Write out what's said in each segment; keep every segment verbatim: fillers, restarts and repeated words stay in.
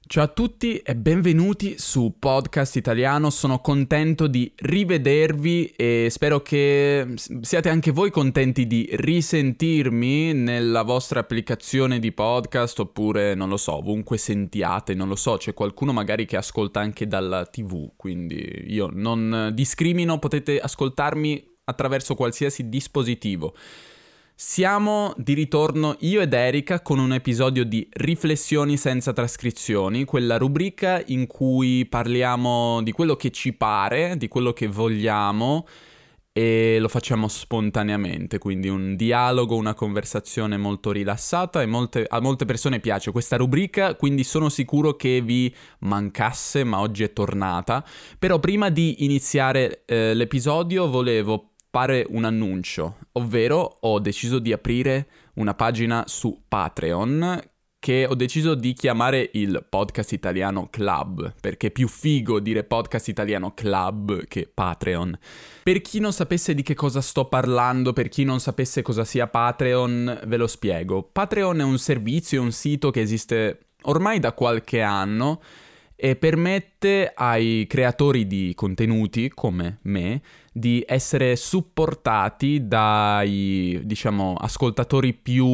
Ciao a tutti e benvenuti su Podcast Italiano, sono contento di rivedervi e spero che siate anche voi contenti di risentirmi nella vostra applicazione di podcast oppure, non lo so, ovunque sentiate, non lo so, c'è qualcuno magari che ascolta anche dalla tivù, quindi io non discrimino, potete ascoltarmi attraverso qualsiasi dispositivo. Siamo di ritorno io ed Erika con un episodio di Riflessioni senza trascrizioni, quella rubrica in cui parliamo di quello che ci pare, di quello che vogliamo e lo facciamo spontaneamente, quindi un dialogo, una conversazione molto rilassata e molte, a molte persone piace questa rubrica, quindi sono sicuro che vi mancasse, ma oggi è tornata. Però prima di iniziare eh, l'episodio volevo fare un annuncio, ovvero ho deciso di aprire una pagina su Patreon che ho deciso di chiamare il Podcast Italiano Club, perché è più figo dire Podcast Italiano Club che Patreon. Per chi non sapesse di che cosa sto parlando, per chi non sapesse cosa sia Patreon, ve lo spiego. Patreon è un servizio, è un sito che esiste ormai da qualche anno e permette ai creatori di contenuti come me di essere supportati dai, diciamo, ascoltatori più,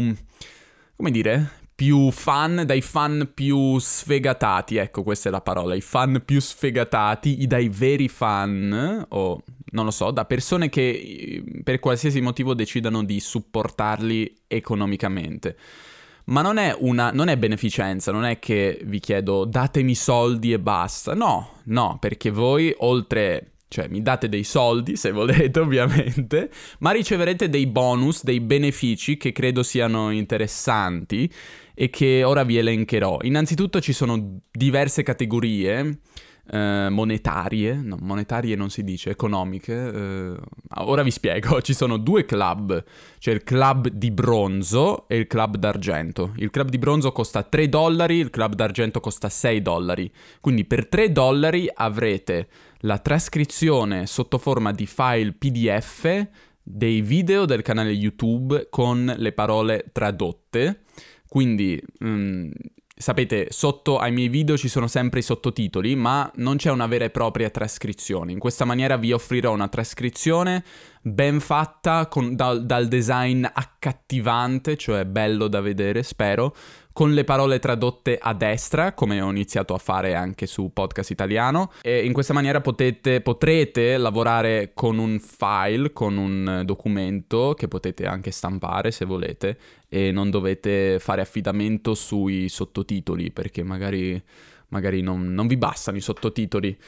come dire, più fan, dai fan più sfegatati, ecco, questa è la parola, i fan più sfegatati, i dai veri fan, o non lo so, da persone che per qualsiasi motivo decidano di supportarli economicamente. Ma non è una, non è beneficenza, non è che vi chiedo datemi soldi e basta, no, no, perché voi oltre... Cioè, mi date dei soldi, se volete, ovviamente, ma riceverete dei bonus, dei benefici che credo siano interessanti e che ora vi elencherò. Innanzitutto ci sono diverse categorie eh, monetarie, no, monetarie non si dice, economiche. Eh, ora vi spiego, ci sono due club, c'è il club di bronzo e il club d'argento. Il club di bronzo costa tre dollari, il club d'argento costa sei dollari. Quindi per tre dollari avrete la trascrizione sotto forma di file P D F dei video del canale YouTube con le parole tradotte. Quindi, mh, sapete, sotto ai miei video ci sono sempre i sottotitoli, ma non c'è una vera e propria trascrizione. In questa maniera vi offrirò una trascrizione ben fatta, con, dal, dal design accattivante, cioè bello da vedere, spero, con le parole tradotte a destra, come ho iniziato a fare anche su Podcast Italiano, e in questa maniera potete, potrete lavorare con un file, con un documento che potete anche stampare se volete, e non dovete fare affidamento sui sottotitoli, perché magari, magari non, non vi bastano i sottotitoli.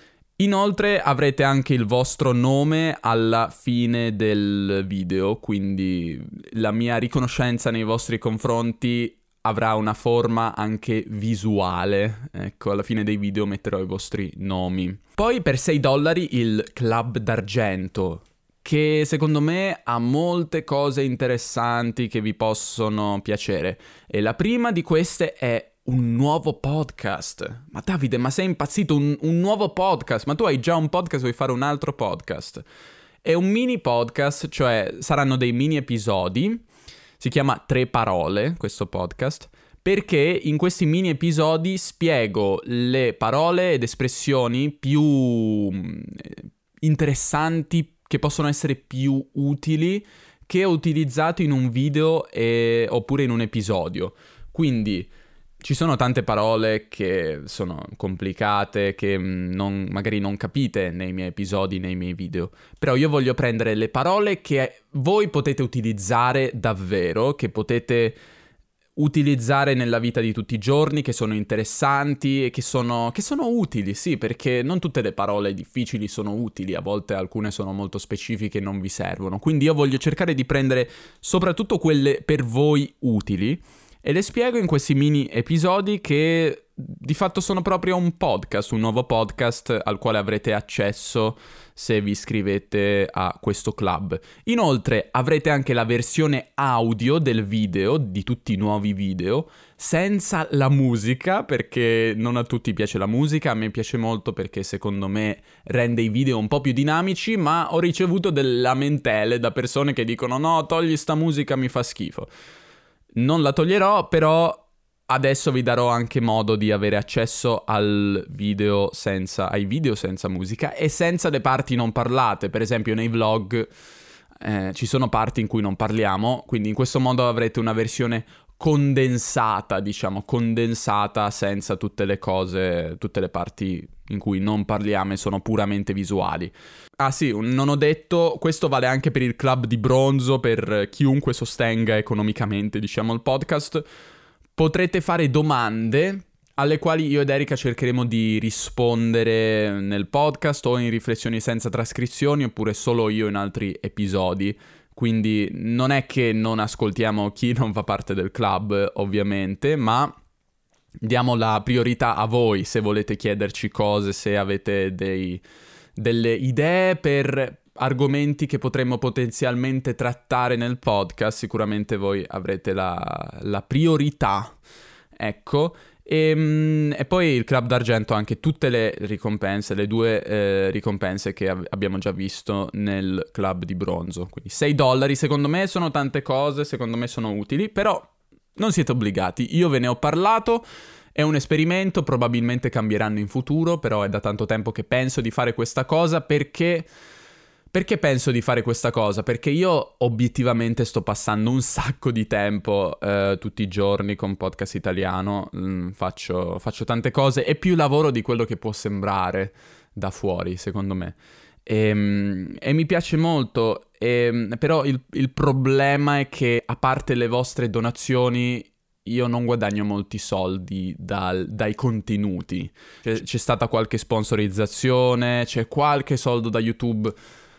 Inoltre avrete anche il vostro nome alla fine del video, quindi la mia riconoscenza nei vostri confronti avrà una forma anche visuale. Ecco, alla fine dei video metterò i vostri nomi. Poi per sei dollari il Club d'Argento, che secondo me ha molte cose interessanti che vi possono piacere. E la prima di queste è un nuovo podcast. Ma Davide, ma sei impazzito? Un, un nuovo podcast? Ma tu hai già un podcast, vuoi fare un altro podcast? È un mini podcast, cioè saranno dei mini episodi. Si chiama Tre Parole, questo podcast, perché in questi mini episodi spiego le parole ed espressioni più interessanti, che possono essere più utili, che ho utilizzato in un video e... oppure in un episodio. Quindi ci sono tante parole che sono complicate, che non, magari non capite nei miei episodi, nei miei video. Però io voglio prendere le parole che voi potete utilizzare davvero, che potete utilizzare nella vita di tutti i giorni, che sono interessanti e che sono, che sono utili, sì, perché non tutte le parole difficili sono utili, a volte alcune sono molto specifiche e non vi servono. Quindi io voglio cercare di prendere soprattutto quelle per voi utili, e le spiego in questi mini episodi che di fatto sono proprio un podcast, un nuovo podcast al quale avrete accesso se vi iscrivete a questo club. Inoltre avrete anche la versione audio del video, di tutti i nuovi video, senza la musica, perché non a tutti piace la musica, a me piace molto perché secondo me rende i video un po' più dinamici, ma ho ricevuto delle lamentele da persone che dicono no, togli sta musica, mi fa schifo. Non la toglierò, però adesso vi darò anche modo di avere accesso al video senza, ai video senza musica e senza le parti non parlate. Per esempio nei vlog eh, ci sono parti in cui non parliamo, quindi in questo modo avrete una versione condensata, diciamo, condensata senza tutte le cose, tutte le parti in cui non parliamo e sono puramente visuali. Ah sì, non ho detto, questo vale anche per il club di bronzo, per chiunque sostenga economicamente, diciamo, il podcast. Potrete fare domande alle quali io ed Erika cercheremo di rispondere nel podcast o in riflessioni senza trascrizioni, oppure solo io in altri episodi. Quindi non è che non ascoltiamo chi non fa parte del club, ovviamente, ma diamo la priorità a voi se volete chiederci cose, se avete dei, delle idee per argomenti che potremmo potenzialmente trattare nel podcast. Sicuramente voi avrete la, la priorità, ecco. E, e poi il Club d'Argento ha anche tutte le ricompense, le due eh, ricompense che ab- abbiamo già visto nel Club di Bronzo. Quindi sei dollari, secondo me sono tante cose, secondo me sono utili, però non siete obbligati. Io ve ne ho parlato, è un esperimento, probabilmente cambieranno in futuro, però è da tanto tempo che penso di fare questa cosa. Perché... Perché penso di fare questa cosa? Perché io obiettivamente sto passando un sacco di tempo eh, tutti i giorni con Podcast Italiano, mm, faccio, faccio tante cose, è più lavoro di quello che può sembrare da fuori, secondo me. E, e mi piace molto, e, però il, il problema è che, a parte le vostre donazioni, io non guadagno molti soldi dal, dai contenuti. C'è, c'è stata qualche sponsorizzazione, c'è qualche soldo da YouTube,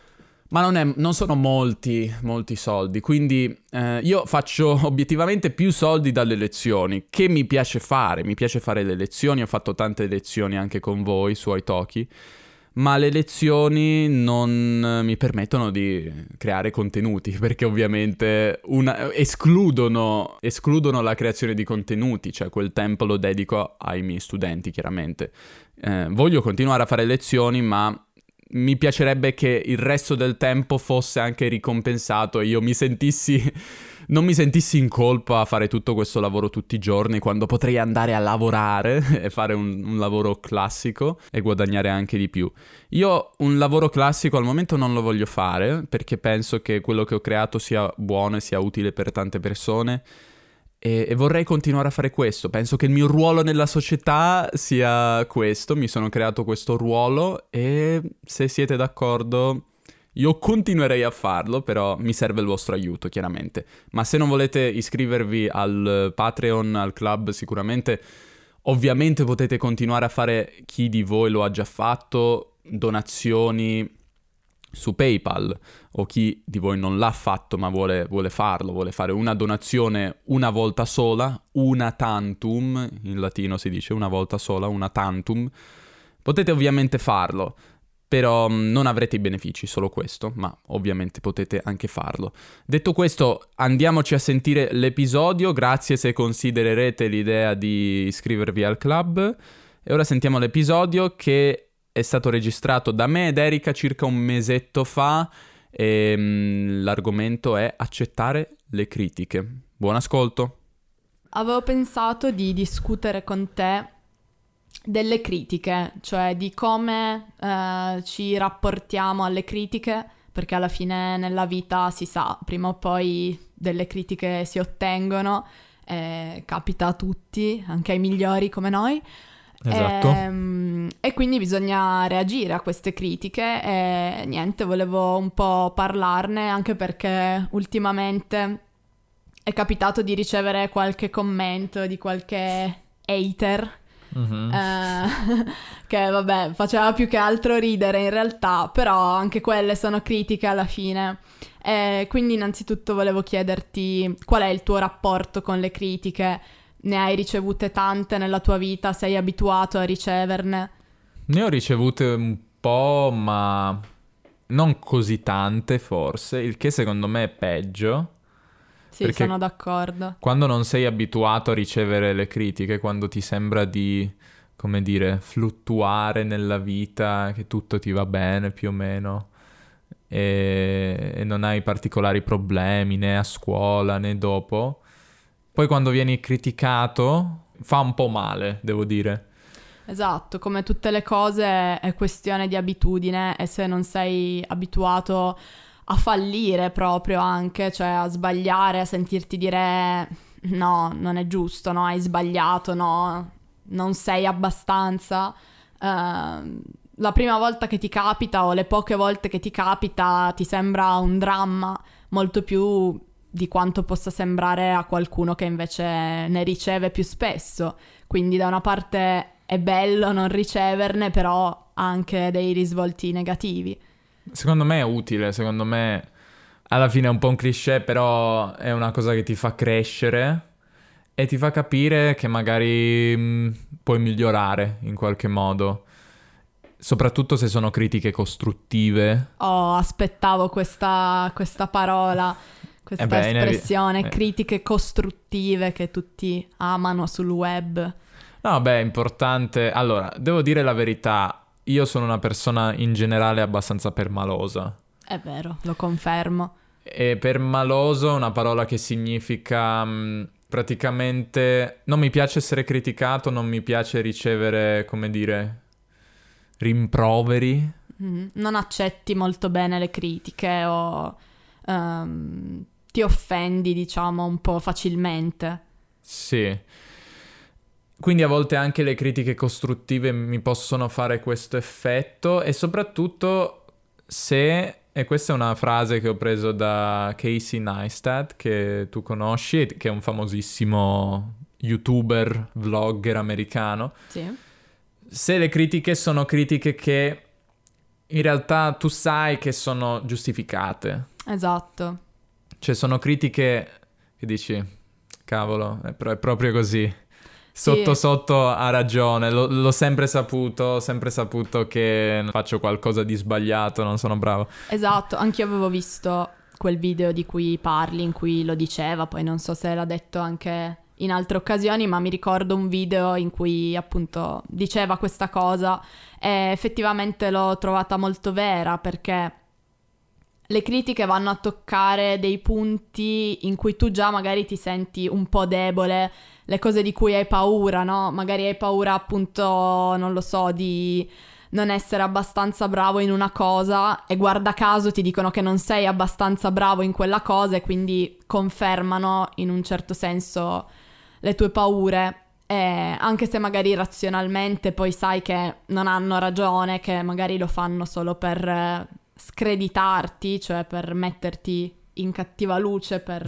ma non, è, non sono molti, molti soldi, quindi eh, io faccio obiettivamente più soldi dalle lezioni, che mi piace fare, mi piace fare le lezioni, ho fatto tante lezioni anche con voi su Italki, ma le lezioni non mi permettono di creare contenuti, perché ovviamente una, escludono, escludono la creazione di contenuti, cioè quel tempo lo dedico ai miei studenti, chiaramente. Eh, voglio continuare a fare lezioni, ma mi piacerebbe che il resto del tempo fosse anche ricompensato e io mi sentissi, non mi sentissi in colpa a fare tutto questo lavoro tutti i giorni, quando potrei andare a lavorare e fare un, un lavoro classico e guadagnare anche di più. Io un lavoro classico al momento non lo voglio fare, perché penso che quello che ho creato sia buono e sia utile per tante persone. E, e vorrei continuare a fare questo. Penso che il mio ruolo nella società sia questo. Mi sono creato questo ruolo e se siete d'accordo io continuerei a farlo, però mi serve il vostro aiuto, chiaramente. Ma se non volete iscrivervi al Patreon, al club, sicuramente, ovviamente potete continuare a fare, chi di voi lo ha già fatto, donazioni su PayPal, o chi di voi non l'ha fatto ma vuole, vuole farlo, vuole fare una donazione una volta sola, una tantum, in latino si dice una volta sola, una tantum, potete ovviamente farlo, però non avrete i benefici, solo questo, ma ovviamente potete anche farlo. Detto questo, andiamoci a sentire l'episodio, grazie se considererete l'idea di iscrivervi al club, e ora sentiamo l'episodio che è stato registrato da me ed Erika circa un mesetto fa e mh, l'argomento è accettare le critiche. Buon ascolto. Avevo pensato di discutere con te delle critiche, cioè di come eh, ci rapportiamo alle critiche, perché alla fine nella vita si sa, prima o poi delle critiche si ottengono, eh, capita a tutti, anche ai migliori come noi. Esatto. E, e quindi bisogna reagire a queste critiche e niente, volevo un po' parlarne anche perché ultimamente è capitato di ricevere qualche commento di qualche hater, mm-hmm. eh, che vabbè faceva più che altro ridere in realtà, però anche quelle sono critiche alla fine. E quindi innanzitutto volevo chiederti qual è il tuo rapporto con le critiche. Ne hai ricevute tante nella tua vita? Sei abituato a riceverne? Ne ho ricevute un po', ma non così tante forse, il che secondo me è peggio. Sì, sono d'accordo. Quando non sei abituato a ricevere le critiche, quando ti sembra di, come dire, fluttuare nella vita, che tutto ti va bene più o meno, e, e non hai particolari problemi né a scuola né dopo, poi quando vieni criticato fa un po' male, devo dire. Esatto, come tutte le cose è questione di abitudine, e se non sei abituato a fallire proprio anche, cioè a sbagliare, a sentirti dire no, non è giusto, no, hai sbagliato, no, non sei abbastanza, uh, la prima volta che ti capita o le poche volte che ti capita ti sembra un dramma, molto più di quanto possa sembrare a qualcuno che invece ne riceve più spesso. Quindi da una parte è bello non riceverne, però ha anche dei risvolti negativi. Secondo me è utile, secondo me alla fine è un po' un cliché, però è una cosa che ti fa crescere e ti fa capire che magari mh, puoi migliorare in qualche modo, soprattutto se sono critiche costruttive. Oh, aspettavo questa, questa parola, questa Eh beh, espressione, eh. critiche costruttive che tutti amano sul web. No, beh, è importante. Allora, devo dire la verità, io sono una persona in generale abbastanza permalosa. È vero, lo confermo. E permaloso è una parola che significa mh, praticamente non mi piace essere criticato, non mi piace ricevere, come dire, rimproveri. Mm, non accetti molto bene le critiche o um, ti offendi, diciamo, un po' facilmente. Sì. Quindi a volte anche le critiche costruttive mi possono fare questo effetto, e soprattutto se, e questa è una frase che ho preso da Casey Neistat, che tu conosci, che è un famosissimo youtuber, vlogger americano. Sì. Se le critiche sono critiche che in realtà tu sai che sono giustificate. Esatto. Cioè sono critiche che dici, cavolo, è, pro- è proprio così. Sotto sì. sotto ha ragione, L- l'ho sempre saputo, ho sempre saputo che faccio qualcosa di sbagliato, non sono bravo. Esatto, anch'io avevo visto quel video di cui parli, in cui lo diceva, poi non so se l'ha detto anche in altre occasioni, ma mi ricordo un video in cui appunto diceva questa cosa e effettivamente l'ho trovata molto vera, perché le critiche vanno a toccare dei punti in cui tu già magari ti senti un po' debole, le cose di cui hai paura, no? Magari hai paura appunto, non lo so, di non essere abbastanza bravo in una cosa e guarda caso ti dicono che non sei abbastanza bravo in quella cosa e quindi confermano in un certo senso le tue paure. E anche se magari razionalmente poi sai che non hanno ragione, che magari lo fanno solo per screditarti, cioè per metterti in cattiva luce, per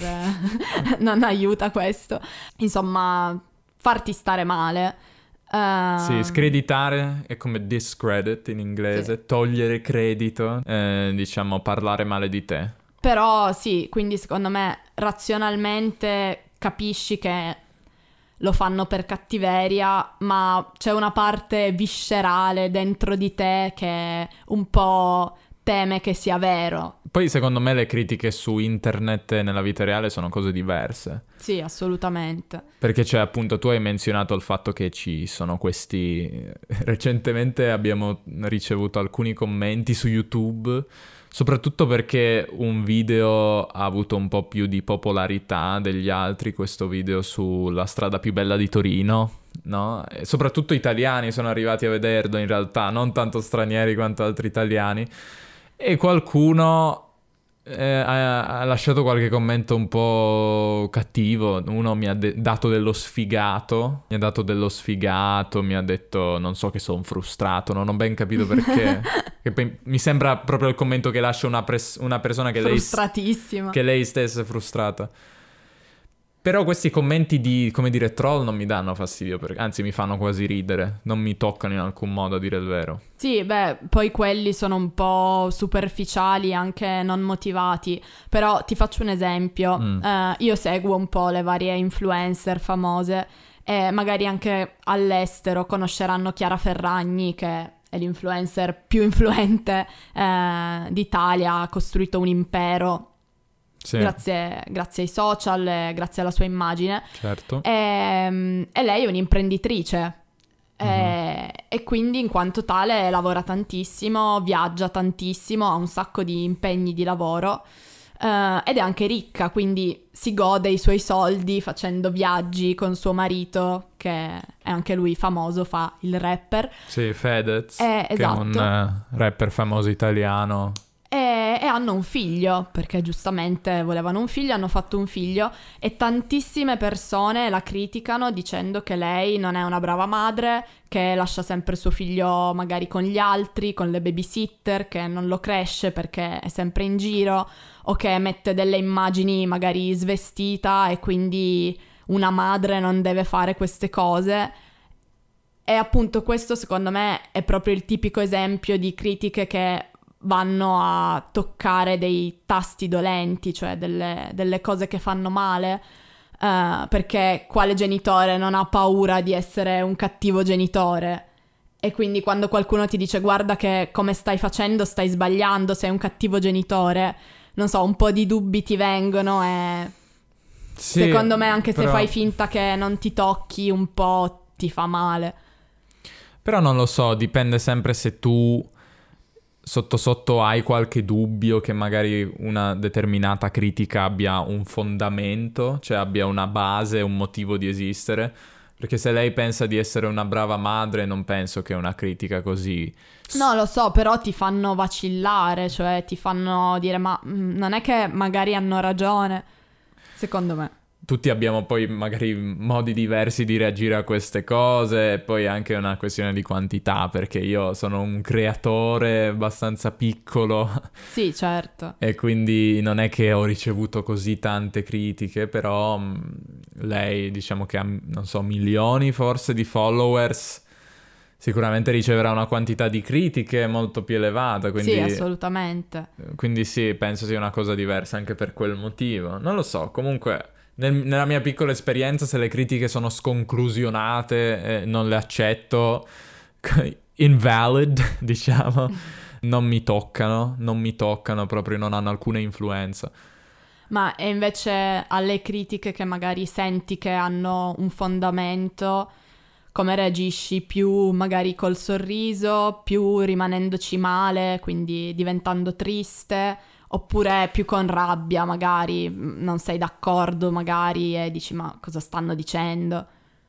non aiuta questo, insomma farti stare male. Uh... Sì, screditare è come discredit in inglese, sì. Togliere credito, eh, diciamo parlare male di te. Però sì, quindi secondo me razionalmente capisci che lo fanno per cattiveria, ma c'è una parte viscerale dentro di te che un po' teme che sia vero. Poi secondo me le critiche su internet e nella vita reale sono cose diverse. Sì, assolutamente. Perché c'è appunto, tu hai menzionato il fatto che ci sono questi... Recentemente abbiamo ricevuto alcuni commenti su YouTube, soprattutto perché un video ha avuto un po' più di popolarità degli altri, questo video sulla strada più bella di Torino, no? E soprattutto italiani sono arrivati a vederlo in realtà, non tanto stranieri quanto altri italiani. E qualcuno eh, ha, ha lasciato qualche commento un po' cattivo. Uno mi ha de- dato dello sfigato, mi ha dato dello sfigato, mi ha detto non so che sono frustrato, non ho ben capito perché. Che poi mi sembra proprio il commento che lascia una, pres- una persona che lei, frustratissima, che lei stessa è frustrata. Però questi commenti di, come dire, troll non mi danno fastidio, perché, anzi mi fanno quasi ridere, non mi toccano in alcun modo, a dire il vero. Sì, beh, poi quelli sono un po' superficiali, anche non motivati, però ti faccio un esempio, mm. uh, io seguo un po' le varie influencer famose e magari anche all'estero conosceranno Chiara Ferragni, che è l'influencer più influente uh, d'Italia, ha costruito un impero. Sì. Grazie, grazie ai social, eh, grazie alla sua immagine. Certo. E, e lei è un'imprenditrice. Mm-hmm. E, e quindi in quanto tale lavora tantissimo, viaggia tantissimo, ha un sacco di impegni di lavoro. Uh, ed è anche ricca, quindi si gode i suoi soldi facendo viaggi con suo marito, che è anche lui famoso, fa il rapper. Sì, Fedez, eh, che esatto. è un uh, rapper famoso italiano. E, e hanno un figlio, perché giustamente volevano un figlio, hanno fatto un figlio, e tantissime persone la criticano dicendo che lei non è una brava madre, che lascia sempre suo figlio magari con gli altri, con le babysitter, che non lo cresce perché è sempre in giro, o che mette delle immagini magari svestita e quindi una madre non deve fare queste cose. E appunto questo secondo me è proprio il tipico esempio di critiche che vanno a toccare dei tasti dolenti, cioè delle, delle cose che fanno male, uh, perché quale genitore non ha paura di essere un cattivo genitore? E quindi quando qualcuno ti dice guarda che come stai facendo stai sbagliando, sei un cattivo genitore, non so, un po' di dubbi ti vengono e sì, secondo me anche però... se fai finta che non ti tocchi un po' ti fa male. Però non lo so, dipende sempre se tu sotto sotto hai qualche dubbio che magari una determinata critica abbia un fondamento, cioè abbia una base, un motivo di esistere, perché se lei pensa di essere una brava madre non penso che una critica così... No, lo so, però ti fanno vacillare, cioè ti fanno dire ma mh, non è che magari hanno ragione, secondo me. Tutti abbiamo poi magari modi diversi di reagire a queste cose, e poi è anche una questione di quantità, perché io sono un creatore abbastanza piccolo. Sì, certo. E quindi non è che ho ricevuto così tante critiche, però mh, lei diciamo che ha, non so, milioni forse di followers, sicuramente riceverà una quantità di critiche molto più elevata. Quindi, sì, assolutamente. Quindi sì, penso sia una cosa diversa anche per quel motivo. Non lo so, comunque... Nel, nella mia piccola esperienza, se le critiche sono sconclusionate, eh, non le accetto, invalid, diciamo, non mi toccano, non mi toccano proprio, non hanno alcuna influenza. Ma e invece alle critiche che magari senti che hanno un fondamento, come reagisci? Più magari col sorriso, più rimanendoci male, quindi diventando triste... Oppure più con rabbia, magari non sei d'accordo magari e dici ma cosa stanno dicendo?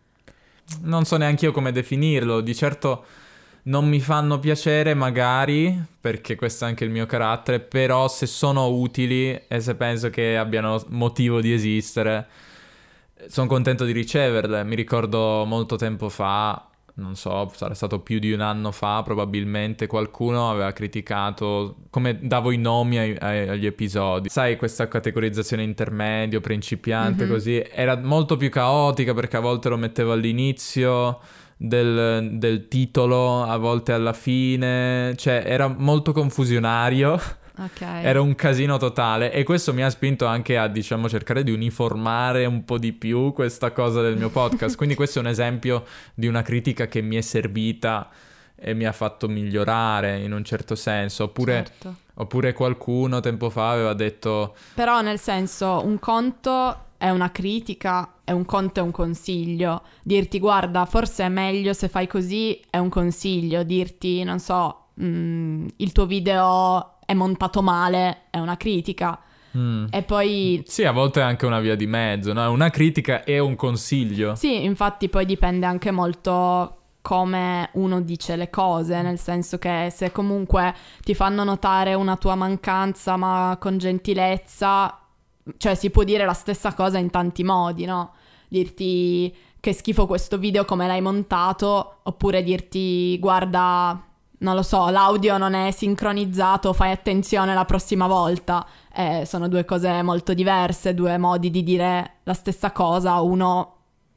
Non so neanche io come definirlo, di certo non mi fanno piacere magari, perché questo è anche il mio carattere, però se sono utili e se penso che abbiano motivo di esistere, sono contento di riceverle. Mi ricordo molto tempo fa, non so, sarà stato più di un anno fa probabilmente, qualcuno aveva criticato come davo i nomi ai, ai, agli episodi. Sai, questa categorizzazione intermedio, principiante, mm-hmm. così, era molto più caotica perché a volte lo mettevo all'inizio del, del titolo, a volte alla fine, cioè era molto confusionario. Okay. Era un casino totale e questo mi ha spinto anche a, diciamo, cercare di uniformare un po' di più questa cosa del mio podcast. Quindi questo è un esempio di una critica che mi è servita e mi ha fatto migliorare in un certo senso. Oppure, certo. oppure qualcuno tempo fa aveva detto... Però nel senso, un conto è una critica e un conto è un consiglio. Dirti guarda, forse è meglio se fai così è un consiglio. Dirti, non so, mh, il tuo video... è montato male, è una critica. Mm. E poi... Sì, a volte è anche una via di mezzo, no? Una critica e un consiglio. Sì, infatti poi dipende anche molto come uno dice le cose, nel senso che se comunque ti fanno notare una tua mancanza ma con gentilezza, cioè si può dire la stessa cosa in tanti modi, no? Dirti che schifo questo video come l'hai montato, oppure dirti guarda... non lo so, l'audio non è sincronizzato, fai attenzione la prossima volta. Eh, sono due cose molto diverse, due modi di dire la stessa cosa, uno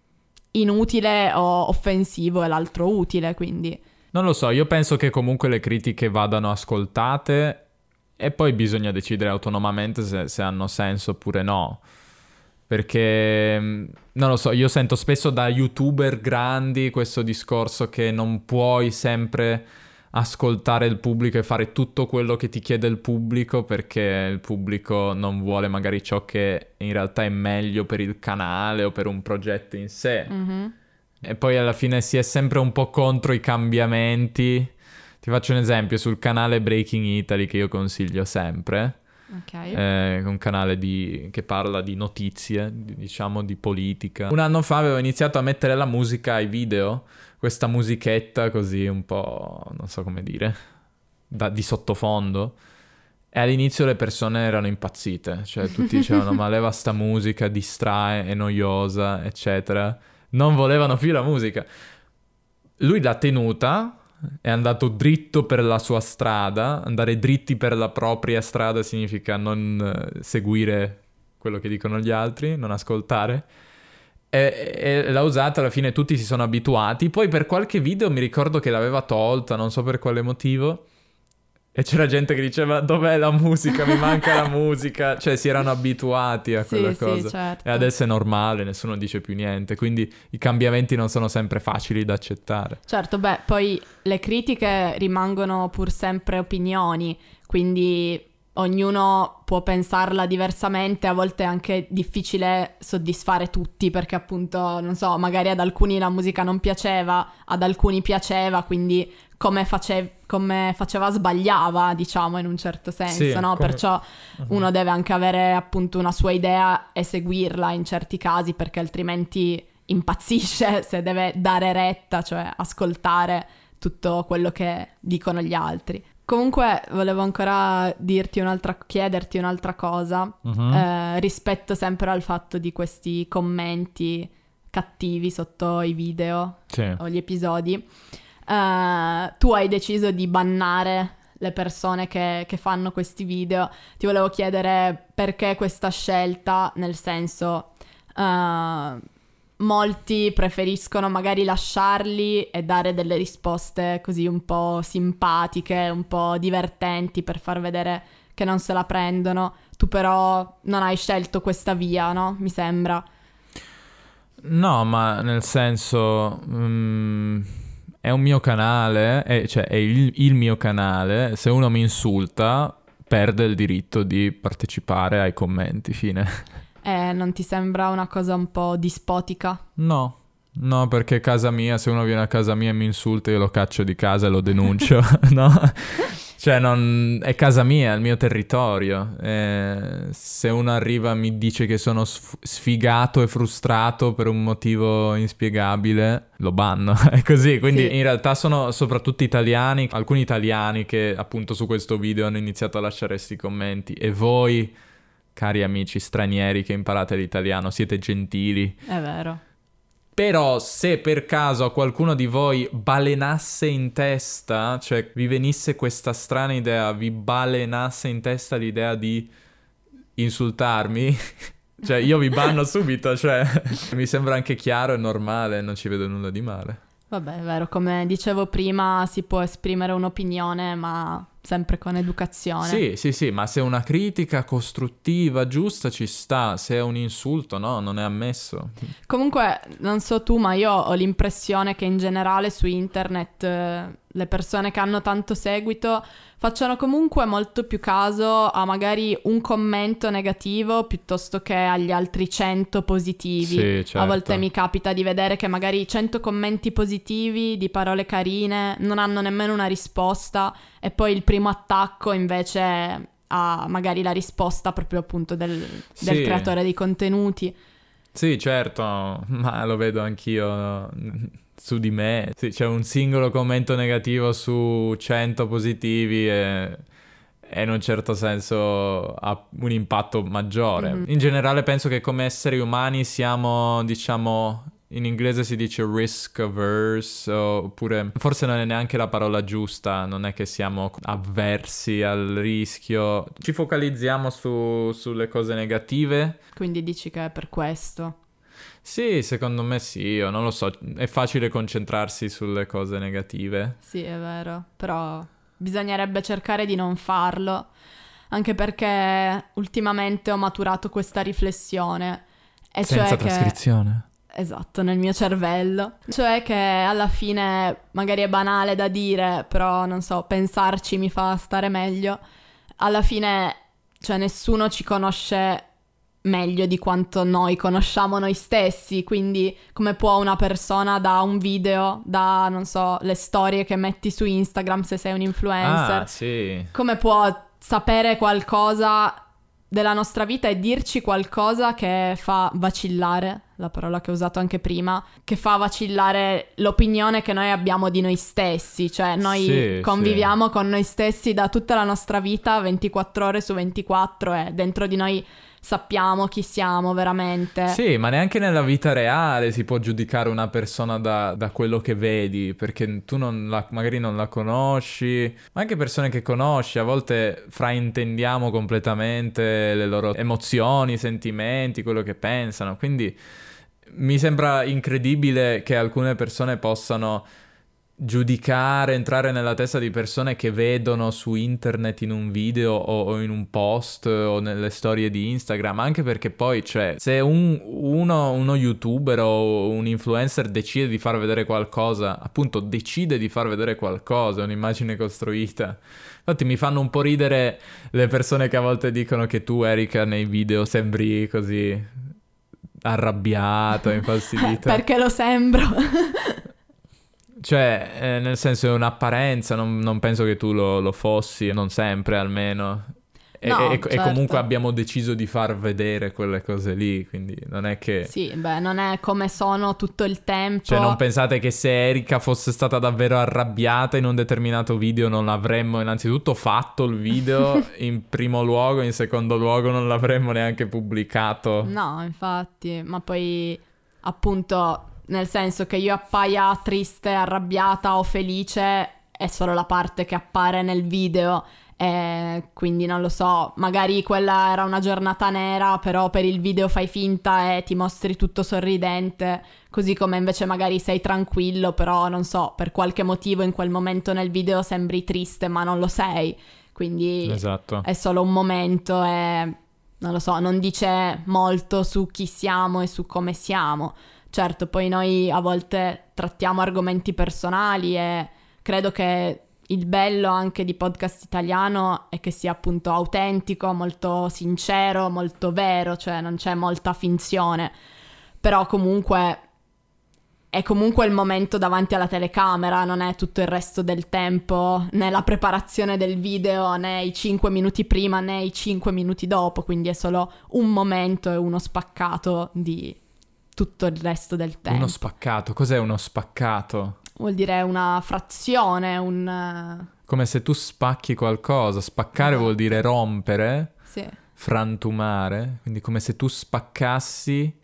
inutile o offensivo e l'altro utile, quindi... Non lo so, io penso che comunque le critiche vadano ascoltate e poi bisogna decidere autonomamente se, se hanno senso oppure no. Perché, non lo so, io sento spesso da youtuber grandi questo discorso che non puoi sempre... ascoltare il pubblico e fare tutto quello che ti chiede il pubblico perché il pubblico non vuole magari ciò che in realtà è meglio per il canale o per un progetto in sé. Mm-hmm. E poi alla fine si è sempre un po' contro i cambiamenti. Ti faccio un esempio sul canale Breaking Italy che io consiglio sempre. Ok. Eh, un canale di, che parla di notizie, di, diciamo di politica. Un anno fa avevo iniziato a mettere la musica ai video, questa musichetta così un po', non so come dire, da, di sottofondo. E all'inizio le persone erano impazzite, cioè tutti dicevano ma leva sta musica, distrae, è noiosa, eccetera. Non volevano più la musica. Lui l'ha tenuta, è andato dritto per la sua strada. Andare dritti per la propria strada significa non eh, seguire quello che dicono gli altri, non ascoltare. E, e l'ha usata, alla fine tutti si sono abituati. Poi per qualche video mi ricordo che l'aveva tolta, non so per quale motivo. E c'era gente che diceva dov'è la musica, mi manca la musica. Cioè si erano abituati a Sì, quella sì, cosa. certo. E adesso è normale, nessuno dice più niente. Quindi i cambiamenti non sono sempre facili da accettare. Certo, beh, poi le critiche rimangono pur sempre opinioni, quindi ognuno può pensarla diversamente, a volte è anche difficile soddisfare tutti, perché appunto, non so, magari ad alcuni la musica non piaceva, ad alcuni piaceva, quindi come, face- come faceva sbagliava, diciamo, in un certo senso, Sì, no? come- Perciò Uh-huh. uno deve anche avere appunto una sua idea e seguirla in certi casi, perché altrimenti impazzisce se deve dare retta, cioè ascoltare tutto quello che dicono gli altri. Comunque volevo ancora dirti un'altra, chiederti un'altra cosa, Mhm. eh, rispetto sempre al fatto di questi commenti cattivi sotto i video Sì. o gli episodi. Eh, tu hai deciso di bannare le persone che, che fanno questi video. Ti volevo chiedere perché questa scelta, nel senso, eh, molti preferiscono magari lasciarli e dare delle risposte così un po' simpatiche, un po' divertenti per far vedere che non se la prendono. Tu però non hai scelto questa via, no? Mi sembra. No, ma nel senso mm, è un mio canale, è, cioè è il, il mio canale. Se uno mi insulta, perde il diritto di partecipare ai commenti, fine. Eh, non ti sembra una cosa un po' dispotica? No, no, perché casa mia, se uno viene a casa mia e mi insulta, io lo caccio di casa e lo denuncio, no? Cioè, non, è casa mia, è il mio territorio. Eh, se uno arriva e mi dice che sono sf- sfigato e frustrato per un motivo inspiegabile, lo banno. È così. Quindi Sì. in realtà sono soprattutto italiani, alcuni italiani che appunto su questo video hanno iniziato a lasciare questi commenti. E voi, cari amici stranieri che imparate l'italiano, siete gentili. È vero. Però se per caso a qualcuno di voi balenasse in testa, cioè vi venisse questa strana idea, vi balenasse in testa l'idea di insultarmi, cioè io vi banno subito, cioè mi sembra anche chiaro e normale, non ci vedo nulla di male. Vabbè, è vero, come dicevo prima, si può esprimere un'opinione, ma sempre con educazione. Sì, sì, sì, ma se una critica costruttiva, giusta, ci sta, se è un insulto, no, non è ammesso. Comunque, non so tu, ma io ho l'impressione che in generale su internet eh, le persone che hanno tanto seguito facciano comunque molto più caso a magari un commento negativo piuttosto che agli altri cento positivi. Sì, certo. A volte mi capita di vedere che magari cento commenti positivi di parole carine non hanno nemmeno una risposta e poi il primo attacco invece ha magari la risposta proprio appunto del, del Sì. creatore dei contenuti. Sì, certo, ma lo vedo anch'io su di me. Sì, c'è un singolo commento negativo su cento positivi e, e in un certo senso ha un impatto maggiore. Mhm. In generale penso che come esseri umani siamo, diciamo, in inglese si dice risk averse, oppure forse non è neanche la parola giusta, non è che siamo avversi al rischio. Ci focalizziamo su, sulle cose negative. Quindi dici che è per questo. Sì, secondo me sì, io non lo so, è facile concentrarsi sulle cose negative. Sì, è vero, però bisognerebbe cercare di non farlo, anche perché ultimamente ho maturato questa riflessione, e Senza cioè che... trascrizione. Esatto, nel mio cervello. Cioè che alla fine magari è banale da dire, però non so, pensarci mi fa stare meglio. Alla fine, cioè nessuno ci conosce meglio di quanto noi conosciamo noi stessi, quindi come può una persona da un video, da non so, le storie che metti su Instagram se sei un influencer, Ah, sì. come può sapere qualcosa della nostra vita e dirci qualcosa che fa vacillare, la parola che ho usato anche prima, che fa vacillare l'opinione che noi abbiamo di noi stessi, cioè noi Sì, conviviamo sì. con noi stessi da tutta la nostra vita, ventiquattro ore su ventiquattro, e dentro di noi sappiamo chi siamo veramente. Sì, ma neanche nella vita reale si può giudicare una persona da, da quello che vedi, perché tu non la, magari non la conosci, ma anche persone che conosci, a volte fraintendiamo completamente le loro emozioni, sentimenti, quello che pensano, quindi mi sembra incredibile che alcune persone possano giudicare, entrare nella testa di persone che vedono su internet in un video o, o in un post o nelle storie di Instagram, anche perché poi, cioè, se un, uno, uno youtuber o un influencer decide di far vedere qualcosa, appunto decide di far vedere qualcosa, un'immagine costruita. Infatti mi fanno un po' ridere le persone che a volte dicono che tu, Erika, nei video sembri così arrabbiata, infastidita. Perché lo sembro. Cioè, eh, nel senso è un'apparenza, non, non penso che tu lo, lo fossi, non sempre almeno. E, No, e, e certo. comunque abbiamo deciso di far vedere quelle cose lì, quindi non è che... Sì, beh, non è come sono tutto il tempo. Cioè, non pensate che se Erika fosse stata davvero arrabbiata in un determinato video non avremmo innanzitutto fatto il video in primo luogo, in secondo luogo non l'avremmo neanche pubblicato. No, infatti, ma poi appunto... Nel senso che io appaia triste, arrabbiata o felice è solo la parte che appare nel video, e quindi non lo so, magari quella era una giornata nera, però per il video fai finta e ti mostri tutto sorridente, così come invece magari sei tranquillo, però non so, per qualche motivo in quel momento nel video sembri triste ma non lo sei, quindi Esatto. è solo un momento e non lo so, non dice molto su chi siamo e su come siamo. Certo, poi noi a volte trattiamo argomenti personali e credo che il bello anche di Podcast Italiano è che sia appunto autentico, molto sincero, molto vero, cioè non c'è molta finzione. Però comunque è comunque il momento davanti alla telecamera, non è tutto il resto del tempo, né la preparazione del video, né i cinque minuti prima, né i cinque minuti dopo, quindi è solo un momento e uno spaccato di... tutto il resto del tempo. Uno spaccato, cos'è uno spaccato? Vuol dire una frazione, un... Come se tu spacchi qualcosa, spaccare Esatto. vuol dire rompere, Sì, frantumare, quindi come se tu spaccassi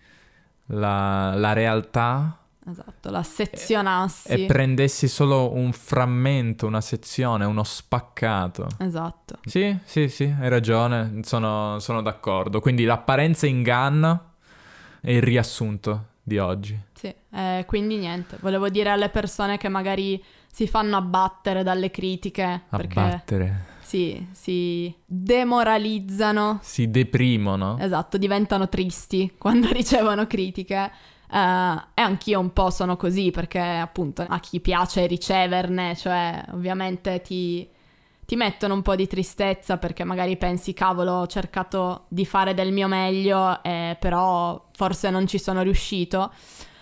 la, la realtà esatto, la sezionassi. e prendessi solo un frammento, una sezione, uno spaccato. Esatto. Sì, sì, sì, hai ragione, sono, sono d'accordo. Quindi l'apparenza inganna. È il riassunto di oggi. Sì, eh, quindi niente, volevo dire alle persone che magari si fanno abbattere dalle critiche, perché Abbattere. sì, si demoralizzano, Si deprimono. esatto, diventano tristi quando ricevono critiche. Eh, e anch'io un po' sono così, perché appunto a chi piace riceverne, cioè ovviamente ti... ti mettono un po' di tristezza perché magari pensi, cavolo, ho cercato di fare del mio meglio, eh, però forse non ci sono riuscito.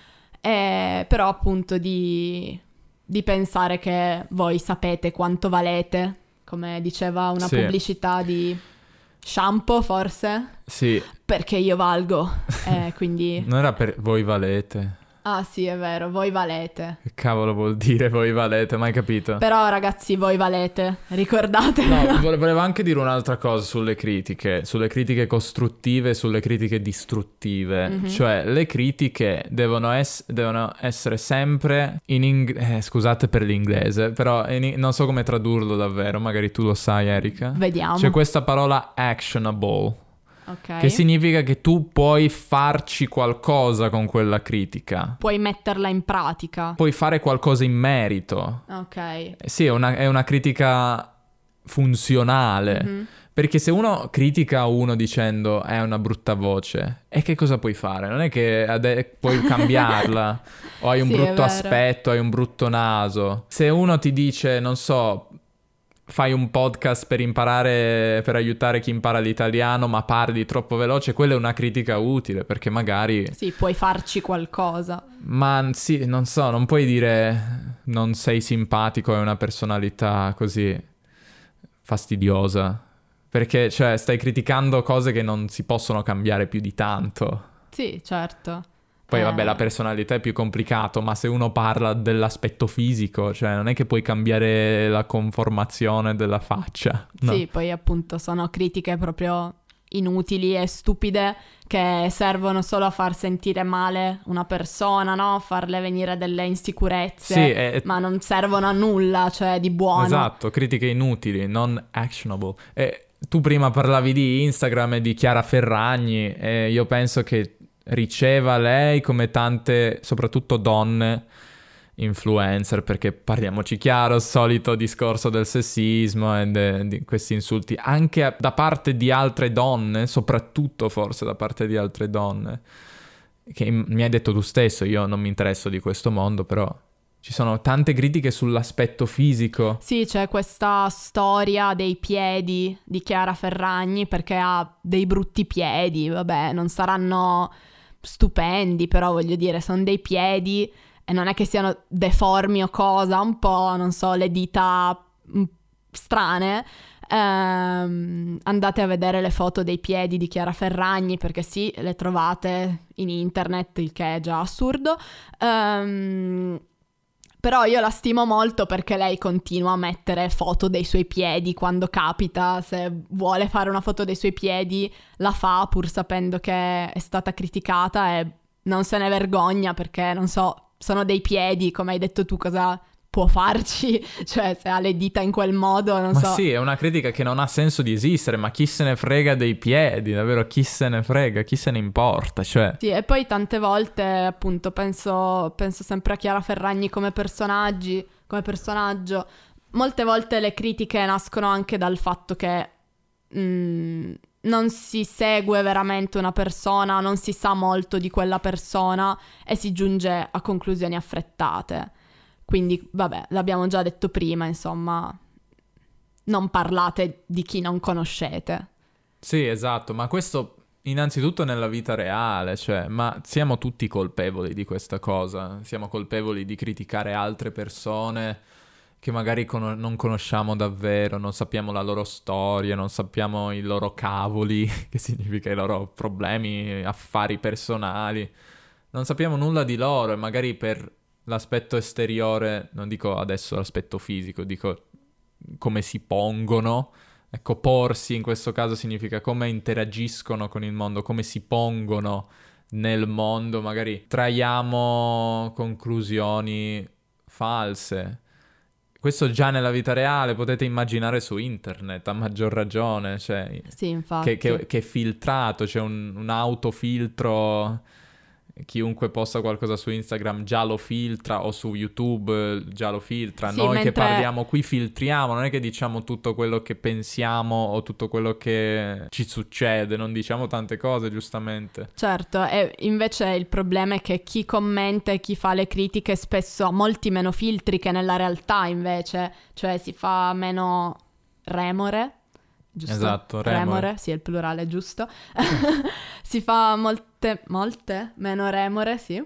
Eh, però appunto di, di pensare che voi sapete quanto valete, come diceva una Sì. pubblicità di shampoo forse, Sì, perché io valgo. Eh, quindi... non era per voi valete. Ah sì, è vero, voi valete. Che cavolo vuol dire voi valete? Mai capito? Però ragazzi, voi valete, ricordatelo. No, vole- volevo anche dire un'altra cosa sulle critiche, sulle critiche costruttive e sulle critiche distruttive. Mhm. Cioè, le critiche devono, ess- devono essere sempre in inglese. Eh, scusate per l'inglese, però in in- non so come tradurlo davvero, magari tu lo sai, Erika. Vediamo. C'è questa parola actionable, Ok. che significa che tu puoi farci qualcosa con quella critica. Puoi metterla in pratica. Puoi fare qualcosa in merito. Ok. Eh, Sì, è una, è una critica funzionale. Mhm. Perché se uno critica uno dicendo è una brutta voce, e che cosa puoi fare? Non è che ade- puoi cambiarla, o hai un Sì, è brutto vero. aspetto, hai un brutto naso. Se uno ti dice, non so, fai un podcast per imparare, per aiutare chi impara l'italiano, ma parli troppo veloce, quella è una critica utile, perché magari... Sì, puoi farci qualcosa. Ma sì, non so, non puoi dire non sei simpatico, hai una personalità così fastidiosa. Perché, cioè, stai criticando cose che non si possono cambiare più di tanto. Sì, certo. Poi eh... vabbè, la personalità è più complicato, ma se uno parla dell'aspetto fisico, cioè non è che puoi cambiare la conformazione della faccia. No. Sì, poi appunto sono critiche proprio inutili e stupide che servono solo a far sentire male una persona, no? Farle venire delle insicurezze, Sì, è... ma non servono a nulla, cioè di buono. Esatto, critiche inutili, non actionable. E tu prima parlavi di Instagram e di Chiara Ferragni e io penso che riceva lei come tante, soprattutto donne influencer, perché parliamoci chiaro, solito discorso del sessismo e de, di questi insulti anche da parte di altre donne, soprattutto forse da parte di altre donne, che mi hai detto tu stesso, io non mi interesso di questo mondo, però ci sono tante critiche sull'aspetto fisico. Sì, c'è questa storia dei piedi di Chiara Ferragni perché ha dei brutti piedi, vabbè, non saranno stupendi, però voglio dire, sono dei piedi e non è che siano deformi o cosa, un po', non so, le dita strane. Ehm, andate a vedere le foto dei piedi di Chiara Ferragni perché sì, le trovate in internet, il che è già assurdo. Ehm, però io la stimo molto perché lei continua a mettere foto dei suoi piedi quando capita, se vuole fare una foto dei suoi piedi la fa pur sapendo che è stata criticata e non se ne vergogna perché, non so, sono dei piedi, come hai detto tu, cosa può farci? Cioè, se ha le dita in quel modo, non ma so. Ma sì, è una critica che non ha senso di esistere, ma chi se ne frega dei piedi, davvero, chi se ne frega, chi se ne importa, cioè. Sì, e poi tante volte, appunto, penso, penso sempre a Chiara Ferragni come personaggi, come personaggio. Molte volte le critiche nascono anche dal fatto che mh, non si segue veramente una persona, non si sa molto di quella persona e si giunge a conclusioni affrettate. Quindi, vabbè, l'abbiamo già detto prima, insomma, non parlate di chi non conoscete. Sì, esatto, ma questo innanzitutto nella vita reale, cioè, ma siamo tutti colpevoli di questa cosa, siamo colpevoli di criticare altre persone che magari con- non conosciamo davvero, non sappiamo la loro storia, non sappiamo i loro cavoli, che significa i loro problemi, affari personali, non sappiamo nulla di loro e magari per l'aspetto esteriore, non dico adesso l'aspetto fisico, dico come si pongono. Ecco, porsi in questo caso significa come interagiscono con il mondo, come si pongono nel mondo, magari traiamo conclusioni false. Questo già nella vita reale potete immaginare su internet, a maggior ragione, cioè sì, infatti. Che, che, che è filtrato, c'è un, un autofiltro. Chiunque posta qualcosa su Instagram già lo filtra o su YouTube già lo filtra. Sì, Noi mentre... che parliamo qui filtriamo, non è che diciamo tutto quello che pensiamo o tutto quello che ci succede, non diciamo tante cose, giustamente. Certo, e invece il problema è che chi commenta e chi fa le critiche spesso ha molti meno filtri che nella realtà invece, cioè si fa meno remore. Giusto? Esatto, remore. remore. Sì, è il plurale giusto. Si fa molte, molte meno remore, sì.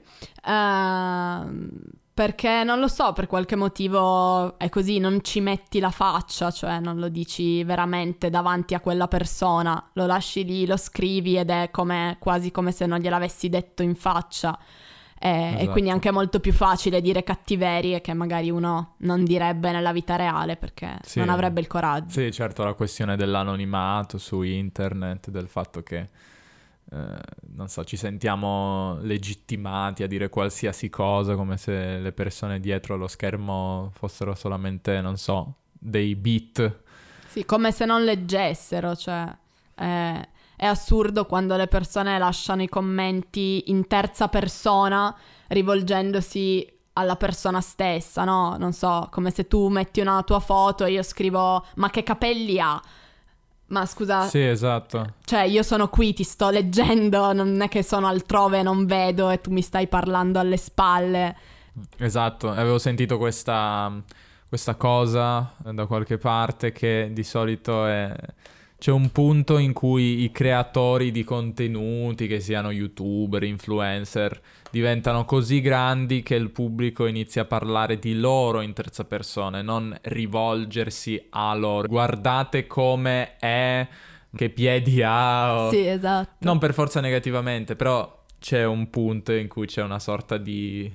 Uh, perché non lo so, per qualche motivo è così, non ci metti la faccia, cioè non lo dici veramente davanti a quella persona, lo lasci lì, lo scrivi ed è come, quasi come se non gliel'avessi detto in faccia. E, esatto. E quindi è anche molto più facile dire cattiverie che magari uno non direbbe nella vita reale perché sì, non avrebbe il coraggio. Sì, certo, la questione dell'anonimato su internet, del fatto che, eh, non so, ci sentiamo legittimati a dire qualsiasi cosa come se le persone dietro lo schermo fossero solamente, non so, dei beat. Sì, come se non leggessero, cioè... Eh... È assurdo quando le persone lasciano i commenti in terza persona rivolgendosi alla persona stessa, no? Non so, come se tu metti una tua foto e io scrivo ma che capelli ha? Ma scusa... Sì, esatto. Cioè io sono qui, ti sto leggendo, non è che sono altrove e non vedo e tu mi stai parlando alle spalle. Esatto, avevo sentito questa, questa cosa da qualche parte che di solito è... c'è un punto in cui i creatori di contenuti, che siano youtuber, influencer, diventano così grandi che il pubblico inizia a parlare di loro in terza persona e non rivolgersi a loro. Guardate come è, che piedi ha. O... Sì, esatto. Non per forza negativamente, però c'è un punto in cui c'è una sorta di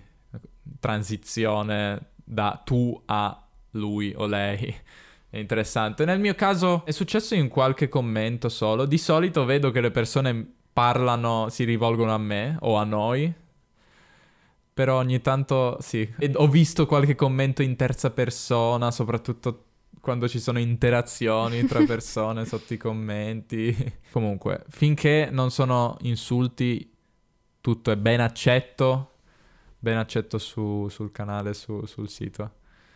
transizione da tu a lui o lei. È interessante. Nel mio caso è successo in qualche commento solo. Di solito vedo che le persone parlano, si rivolgono a me o a noi, però ogni tanto sì. E ho visto qualche commento in terza persona, soprattutto quando ci sono interazioni tra persone sotto i commenti. Comunque, finché non sono insulti, tutto è ben accetto, ben accetto su, sul canale, su, sul sito.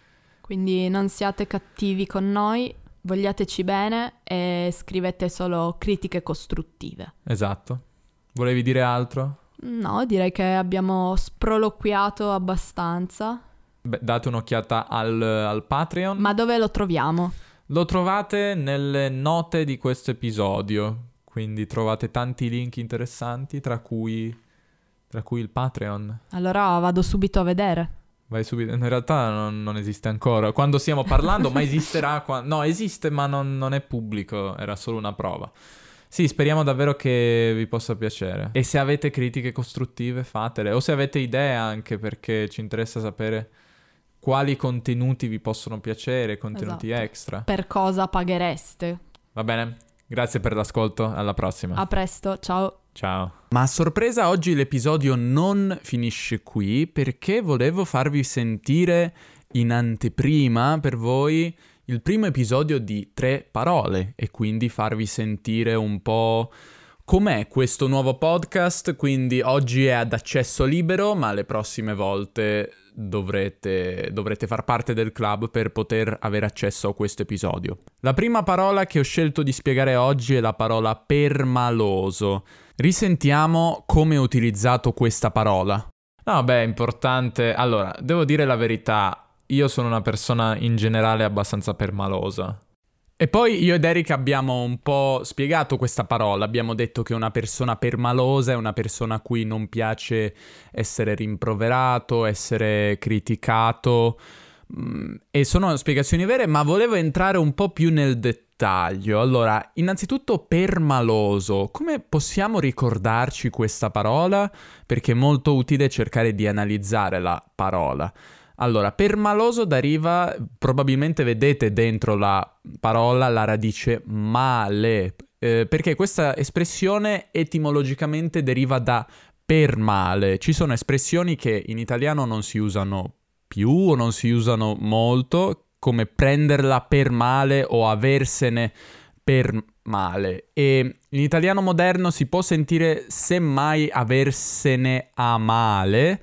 Quindi non siate cattivi con noi, vogliateci bene e scrivete solo critiche costruttive. Esatto. Volevi dire altro? No, direi che abbiamo sproloquiato abbastanza. Beh, date un'occhiata al, al Patreon. Ma dove lo troviamo? Lo trovate nelle note di questo episodio, quindi trovate tanti link interessanti, tra cui, tra cui il Patreon. Allora vado subito a vedere. Vai subito, in realtà non, non esiste ancora. Quando stiamo parlando, ma esisterà? Qua... No, esiste, ma non, non è pubblico, era solo una prova. Sì, speriamo davvero che vi possa piacere. E se avete critiche costruttive, fatele. O se avete idee anche, perché ci interessa sapere quali contenuti vi possono piacere, contenuti Esatto. extra. Per cosa paghereste? Va bene? Grazie per l'ascolto, alla prossima. A presto, ciao. Ciao. Ma a sorpresa oggi l'episodio non finisce qui, perché volevo farvi sentire in anteprima per voi il primo episodio di Tre Parole e quindi farvi sentire un po' com'è questo nuovo podcast. Quindi oggi è ad accesso libero, ma le prossime volte dovrete, dovrete far parte del club per poter avere accesso a questo episodio. La prima parola che ho scelto di spiegare oggi è la parola permaloso. Risentiamo come ho utilizzato questa parola. No, beh, è importante. Allora, devo dire la verità, io sono una persona in generale abbastanza permalosa. E poi io ed Eric abbiamo un po' spiegato questa parola, abbiamo detto che una persona permalosa è una persona a cui non piace essere rimproverato, essere criticato, mm, e sono spiegazioni vere, ma volevo entrare un po' più nel dettaglio. Allora, innanzitutto permaloso, come possiamo ricordarci questa parola? Perché è molto utile cercare di analizzare la parola. Allora, permaloso deriva, probabilmente vedete dentro la parola la radice male, eh, perché questa espressione etimologicamente deriva da per male. Ci sono espressioni che in italiano non si usano più o non si usano molto, come prenderla per male o aversene per male. E in italiano moderno si può sentire semmai aversene a male,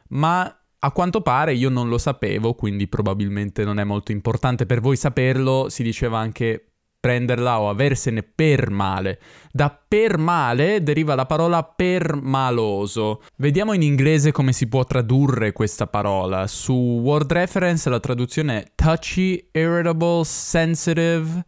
ma a quanto pare io non lo sapevo, quindi probabilmente non è molto importante per voi saperlo. Si diceva anche prenderla o aversene per male. Da per male deriva la parola permaloso. Vediamo in inglese come si può tradurre questa parola. Su Word Reference la traduzione è touchy, irritable, sensitive,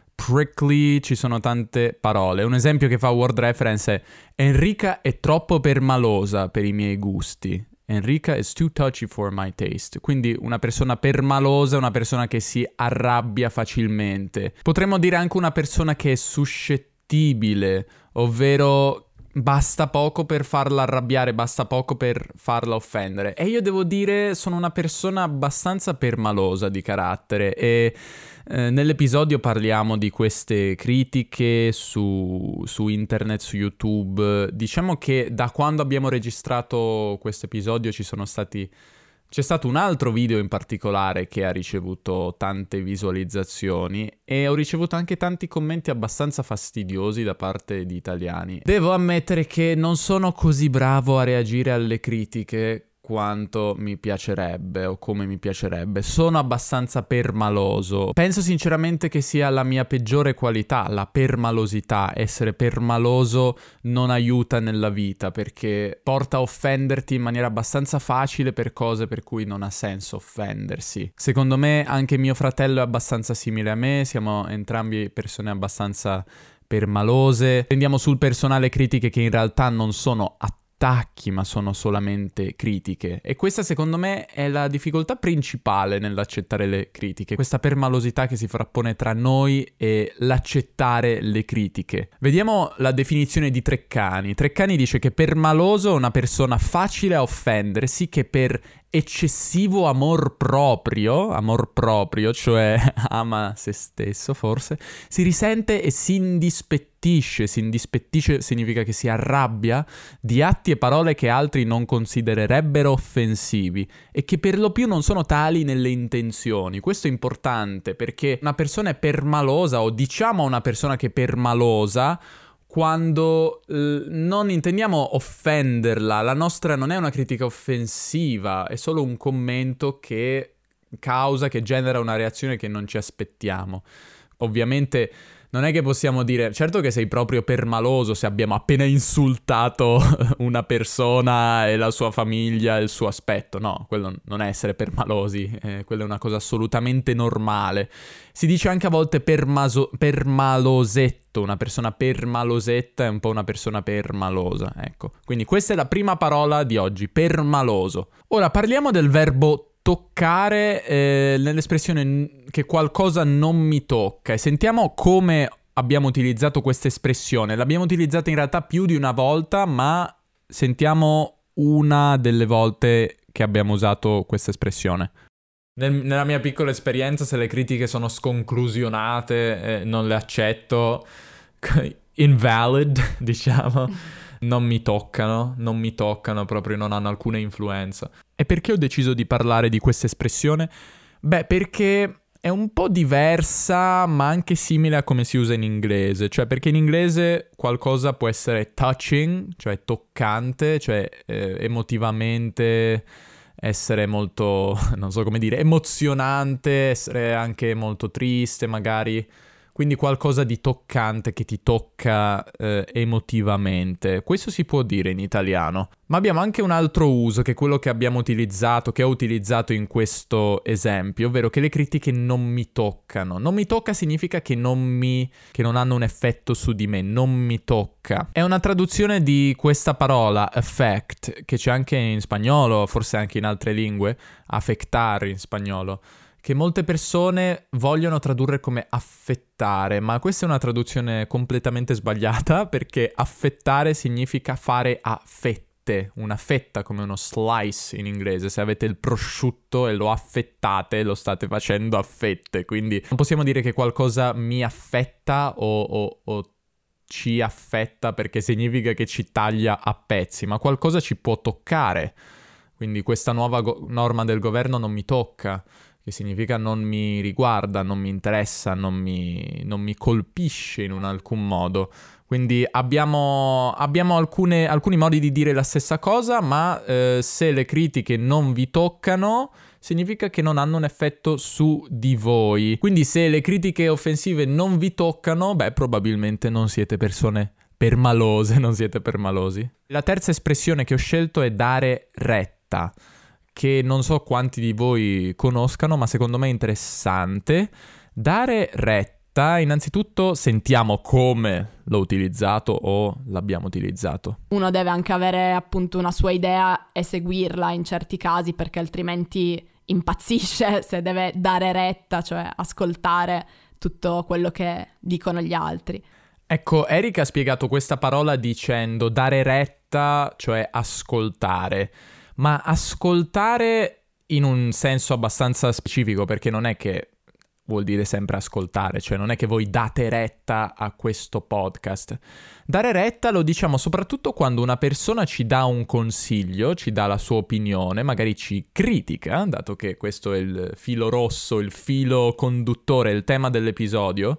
prickly, ci sono tante parole. Un esempio che fa Word Reference è: Enrica è troppo permalosa per i miei gusti. Enrica is too touchy for my taste. Quindi una persona permalosa è una persona che si arrabbia facilmente. Potremmo dire anche una persona che è suscettibile, ovvero basta poco per farla arrabbiare, basta poco per farla offendere. E io devo dire sono una persona abbastanza permalosa di carattere e eh, nell'episodio parliamo di queste critiche su, su internet, su YouTube. Diciamo che da quando abbiamo registrato questo episodio ci sono stati... C'è stato un altro video in particolare che ha ricevuto tante visualizzazioni e ho ricevuto anche tanti commenti abbastanza fastidiosi da parte di italiani. Devo ammettere che non sono così bravo a reagire alle critiche quanto mi piacerebbe o come mi piacerebbe. Sono abbastanza permaloso. Penso sinceramente che sia la mia peggiore qualità, la permalosità. Essere permaloso non aiuta nella vita perché porta a offenderti in maniera abbastanza facile per cose per cui non ha senso offendersi. Secondo me anche mio fratello è abbastanza simile a me, siamo entrambi persone abbastanza permalose. Prendiamo sul personale critiche che in realtà non sono attenti attacchi, ma sono solamente critiche. E questa secondo me è la difficoltà principale nell'accettare le critiche, questa permalosità che si frappone tra noi e l'accettare le critiche. Vediamo la definizione di Treccani. Treccani dice che permaloso è una persona facile a offendersi che per eccessivo amor proprio, amor proprio, cioè ama se stesso forse, si risente e si indispettisce. Si indispettisce significa che si arrabbia di atti e parole che altri non considererebbero offensivi e che per lo più non sono tali nelle intenzioni. Questo è importante perché una persona è permalosa, o diciamo una persona che è permalosa, quando eh, non intendiamo offenderla. La nostra non è una critica offensiva, è solo un commento che causa, che genera una reazione che non ci aspettiamo. Ovviamente non è che possiamo dire, certo che sei proprio permaloso se abbiamo appena insultato una persona e la sua famiglia e il suo aspetto. No, quello non è essere permalosi, eh, quella è una cosa assolutamente normale. Si dice anche a volte permaso- permalosetto, una persona permalosetta è un po' una persona permalosa, ecco. Quindi questa è la prima parola di oggi, permaloso. Ora parliamo del verbo toccare eh, nell'espressione che qualcosa non mi tocca e sentiamo come abbiamo utilizzato questa espressione. L'abbiamo utilizzata in realtà più di una volta, ma sentiamo una delle volte che abbiamo usato questa espressione. Nel, nella mia piccola esperienza, se le critiche sono sconclusionate, eh, non le accetto, invalid, diciamo. Non mi toccano, non mi toccano, proprio non hanno alcuna influenza. E perché ho deciso di parlare di questa espressione? Beh, perché è un po' diversa, ma anche simile a come si usa in inglese. Cioè, perché in inglese qualcosa può essere touching, cioè toccante, cioè eh, emotivamente essere molto, non so come dire, emozionante, essere anche molto triste magari. Quindi qualcosa di toccante che ti tocca eh, emotivamente. Questo si può dire in italiano. Ma abbiamo anche un altro uso, che è quello che abbiamo utilizzato, che ho utilizzato in questo esempio, ovvero che le critiche non mi toccano. Non mi tocca significa che non mi che non hanno un effetto su di me, non mi tocca. È una traduzione di questa parola, affect, che c'è anche in spagnolo, forse anche in altre lingue, affectare in spagnolo, che molte persone vogliono tradurre come affettare, ma questa è una traduzione completamente sbagliata perché affettare significa fare a fette, una fetta come uno slice in inglese. Se avete il prosciutto e lo affettate, lo state facendo a fette, quindi non possiamo dire che qualcosa mi affetta o, o, o ci affetta perché significa che ci taglia a pezzi, ma qualcosa ci può toccare. Quindi questa nuova go- norma del governo non mi tocca, che significa non mi riguarda, non mi interessa, non mi, non mi colpisce in un alcun modo. Quindi abbiamo, abbiamo alcune, alcuni modi di dire la stessa cosa, ma eh, se le critiche non vi toccano, significa che non hanno un effetto su di voi. Quindi se le critiche offensive non vi toccano, beh, probabilmente non siete persone permalose, non siete permalosi. La terza espressione che ho scelto è dare retta, che non so quanti di voi conoscano, ma secondo me è interessante. Dare retta, innanzitutto sentiamo come l'ho utilizzato o l'abbiamo utilizzato. Uno deve anche avere appunto una sua idea e seguirla in certi casi, perché altrimenti impazzisce se deve dare retta, cioè ascoltare tutto quello che dicono gli altri. Ecco, Erika ha spiegato questa parola dicendo dare retta, cioè ascoltare. Ma ascoltare in un senso abbastanza specifico, perché non è che vuol dire sempre ascoltare, cioè non è che voi date retta a questo podcast. Dare retta lo diciamo soprattutto quando una persona ci dà un consiglio, ci dà la sua opinione, magari ci critica, dato che questo è il filo rosso, il filo conduttore, il tema dell'episodio.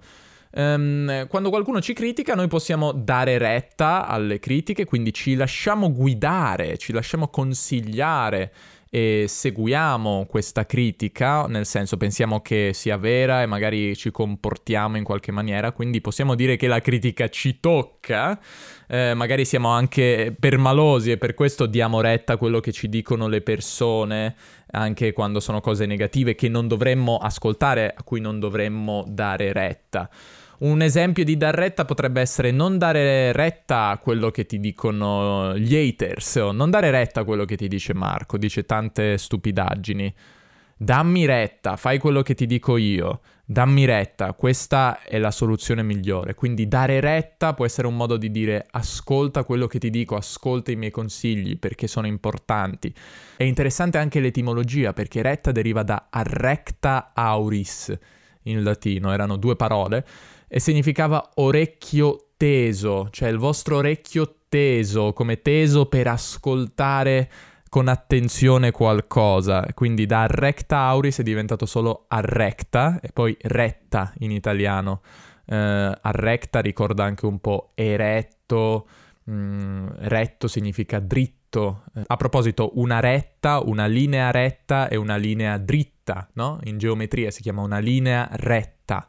Um, quando qualcuno ci critica, noi possiamo dare retta alle critiche, quindi ci lasciamo guidare, ci lasciamo consigliare e seguiamo questa critica, nel senso pensiamo che sia vera e magari ci comportiamo in qualche maniera, quindi possiamo dire che la critica ci tocca, eh, magari siamo anche permalosi e per questo diamo retta a quello che ci dicono le persone, anche quando sono cose negative che non dovremmo ascoltare, a cui non dovremmo dare retta. Un esempio di dar retta potrebbe essere non dare retta a quello che ti dicono gli haters, o non dare retta a quello che ti dice Marco, dice tante stupidaggini. Dammi retta, fai quello che ti dico io, dammi retta, questa è la soluzione migliore. Quindi dare retta può essere un modo di dire ascolta quello che ti dico, ascolta i miei consigli perché sono importanti. È interessante anche l'etimologia perché retta deriva da arrecta auris in latino, erano due parole. E significava orecchio teso, cioè il vostro orecchio teso, come teso per ascoltare con attenzione qualcosa. Quindi da arrecta auris è diventato solo arrecta e poi retta in italiano. Uh, arrecta ricorda anche un po' eretto, mm, retto significa dritto. A proposito, una retta, una linea retta e una linea dritta, no? In geometria si chiama una linea retta.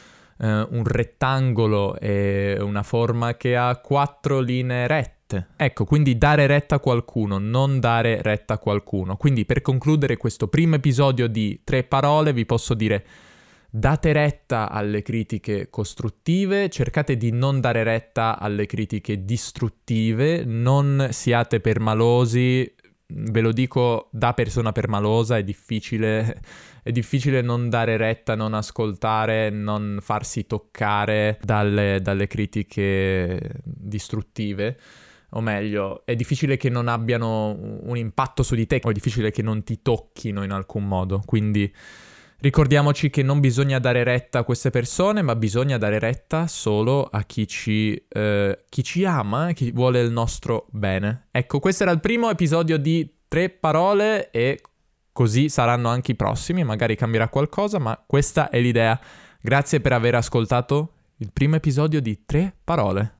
Uh, un rettangolo è una forma che ha quattro linee rette. Ecco, quindi dare retta a qualcuno, non dare retta a qualcuno. Quindi per concludere questo primo episodio di Tre Parole vi posso dire: date retta alle critiche costruttive, cercate di non dare retta alle critiche distruttive, non siate permalosi. Ve lo dico da persona permalosa, è difficile, è difficile non dare retta, non ascoltare, non farsi toccare dalle, dalle critiche distruttive. O meglio, è difficile che non abbiano un impatto su di te, o è difficile che non ti tocchino in alcun modo. Quindi ricordiamoci che non bisogna dare retta a queste persone, ma bisogna dare retta solo a chi ci, eh, chi ci ama, chi vuole il nostro bene. Ecco, questo era il primo episodio di Tre Parole e così saranno anche i prossimi, magari cambierà qualcosa, ma questa è l'idea. Grazie per aver ascoltato il primo episodio di Tre Parole.